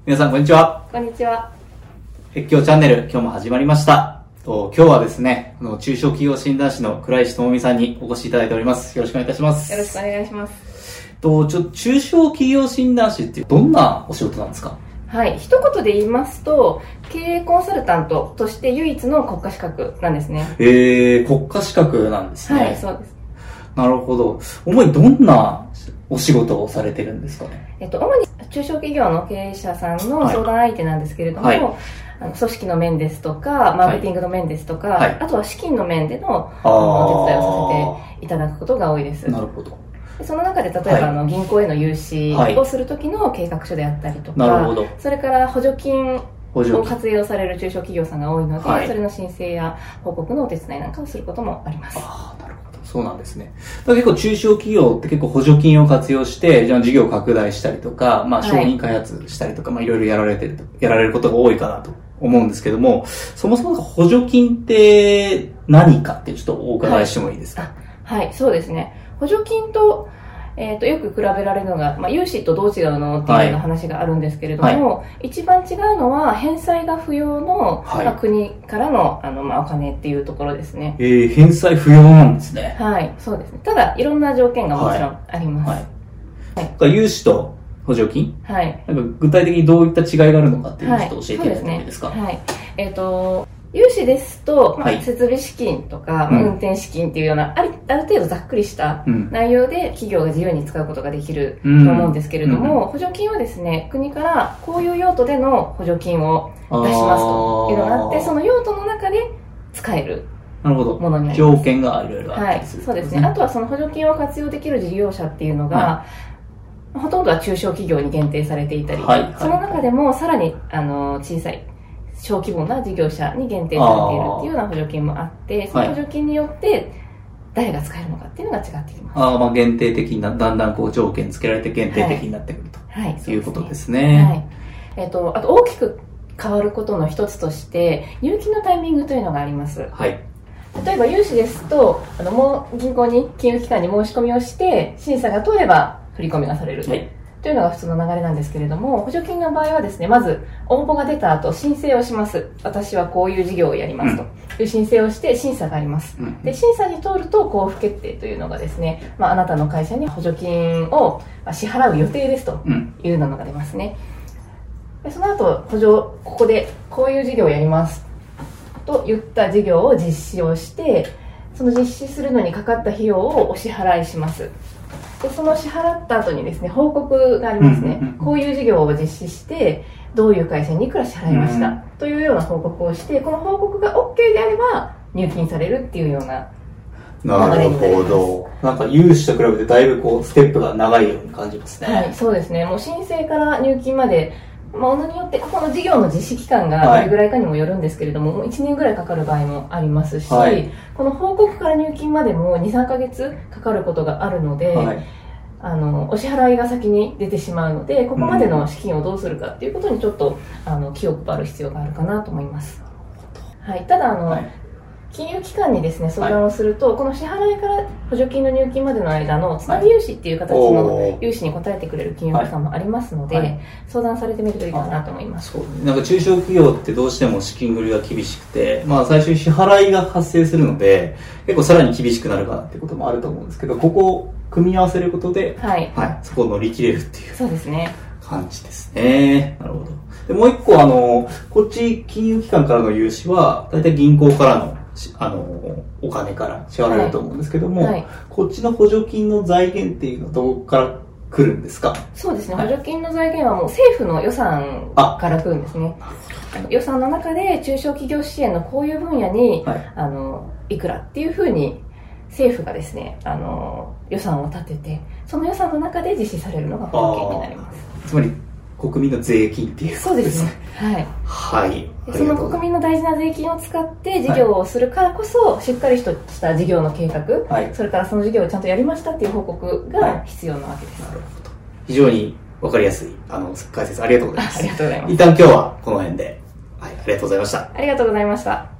皆さんこんにちは。 こんにちは。 越境チャンネル、今日も始まりました。今日はですね、中小企業診断士の倉石智美さんにお越しいただいております。よろしくお願いいたします。 よろしくお願いします。 中小企業診断士ってどんなお仕事なんですか？ はい、一言で言いますと、経営コンサルタントとして唯一の国家資格なんですね。 国家資格なんですね。 はい、そうです。 なるほど。主にどんなお仕事をされてるんですかね？ 主に中小企業の経営者さんの相談相手なんですけれども、 はい、 組織の面ですとか、マーケティングの面ですとか、 はい、 あとは資金の面でのお手伝いをさせていただくことが多いです。 なるほど。 その中で例えば、銀行への融資をするときの計画書であったりとか、 なるほど。 それから補助金を活用される中小企業さんが多いので、 はい、 それの申請や報告のお手伝いなんかをすることもあります。 ああ、なるほど。そうなんですね。だから結構中小企業って結構補助金を活用して、じゃあ事業を拡大したりとか、商品開発したりとか、いろいろやられることが多いかなと思うんですけども、そもそも補助金って何かってちょっとお伺いしてもいいですか？ はい、そうですね。補助金と、よく比べられるのが、融資とどう違うのっていうような話があるんですけれども、一番違うのは返済が不要の、国からの、お金っていうところですね。 返済不要なんですね。 はい、そうですね。ただ、いろんな条件がもちろんあります。 融資と補助金、 はい、 なんか具体的にどういった違いがあるのかっていうのをちょっと教えていただいてもいいですか？ はい、融資ですと、設備資金とか、運転資金っていうような、ある程度ざっくりした内容で企業が自由に使うことができると思うんですけれども、補助金はですね、国からこういう用途での補助金を出しますというのがあって、その用途の中で使えるものになります。 条件がいろいろあったりする。 そうですね。あとはその補助金を活用できる事業者っていうのが、ほとんどは中小企業に限定されていたり、その中でもさらに小さい小規模な事業者に限定されているっていうような補助金もあって、その補助金によって誰が使えるのかっていうのが違ってきます。 限定的な、だんだん条件つけられて限定的になってくるということですね。 あと大きく変わることの一つとして、入金のタイミングというのがあります。例えば融資ですと、もう銀行に金融機関に申し込みをして、審査が通れば振り込みがされる。というのが普通の流れなんですけれども、補助金の場合はですね、まず応募が出た後申請をします。私はこういう事業をやりますという申請をして審査があります。で、審査に通ると交付決定というのがですね、あなたの会社に補助金を支払う予定ですというのが出ますね。でその後、ここでこういう事業をやりますと言った事業を実施をして、その実施するのにかかった費用をお支払いします。でその支払った後にですね、報告がありますね。こういう事業を実施して、どういう会社にいくら支払いました、というような報告をして、この報告が OK であれば入金されるっていうような流れになります。なるほど。 なんか融資と比べてだいぶステップが長いように感じますね。 はい、そうですね。もう申請から入金まで、ものによってここの事業の実施期間がどれぐらいかにもよるんですけれども、もう1年ぐらいかかる場合もありますし、この報告から入金までも 2,3 ヶ月かかることがあるので、お支払いが先に出てしまうので、ここまでの資金をどうするかっていうことにちょっと気を配る必要があるかなと思います。ただ金融機関にですね、相談をすると、この支払いから補助金の入金までの間のつなぎ融資っていう形の融資に応えてくれる金融機関もありますので、相談されてみるといいかなと思います。 なんか中小企業ってどうしても資金繰りが厳しくて、最初に支払いが発生するので、結構さらに厳しくなるかなっていうこともあると思うんですけど、ここを組み合わせることで、そこを乗り切れるっていう感じですね。なるほど。でもう一個こっち金融機関からの融資は、だいたい銀行からのお金から支払われると思うんですけども、こっちの補助金の財源っていうのはどこから来るんですか？ そうですね、補助金の財源はもう政府の予算から来るんですね。予算の中で中小企業支援のこういう分野に、いくらっていうふうに政府がですね、予算を立てて、その予算の中で実施されるのが補助金になります。 つまり国民の税金っていうことですね。 その国民の大事な税金を使って事業をするからこそ、しっかりとした事業の計画、それからその事業をちゃんとやりましたっていう報告が必要なわけです。 なるほど。非常に分かりやすい解説ありがとうございます。 ありがとうございます。 一旦今日はこの辺で、ありがとうございました。 ありがとうございました。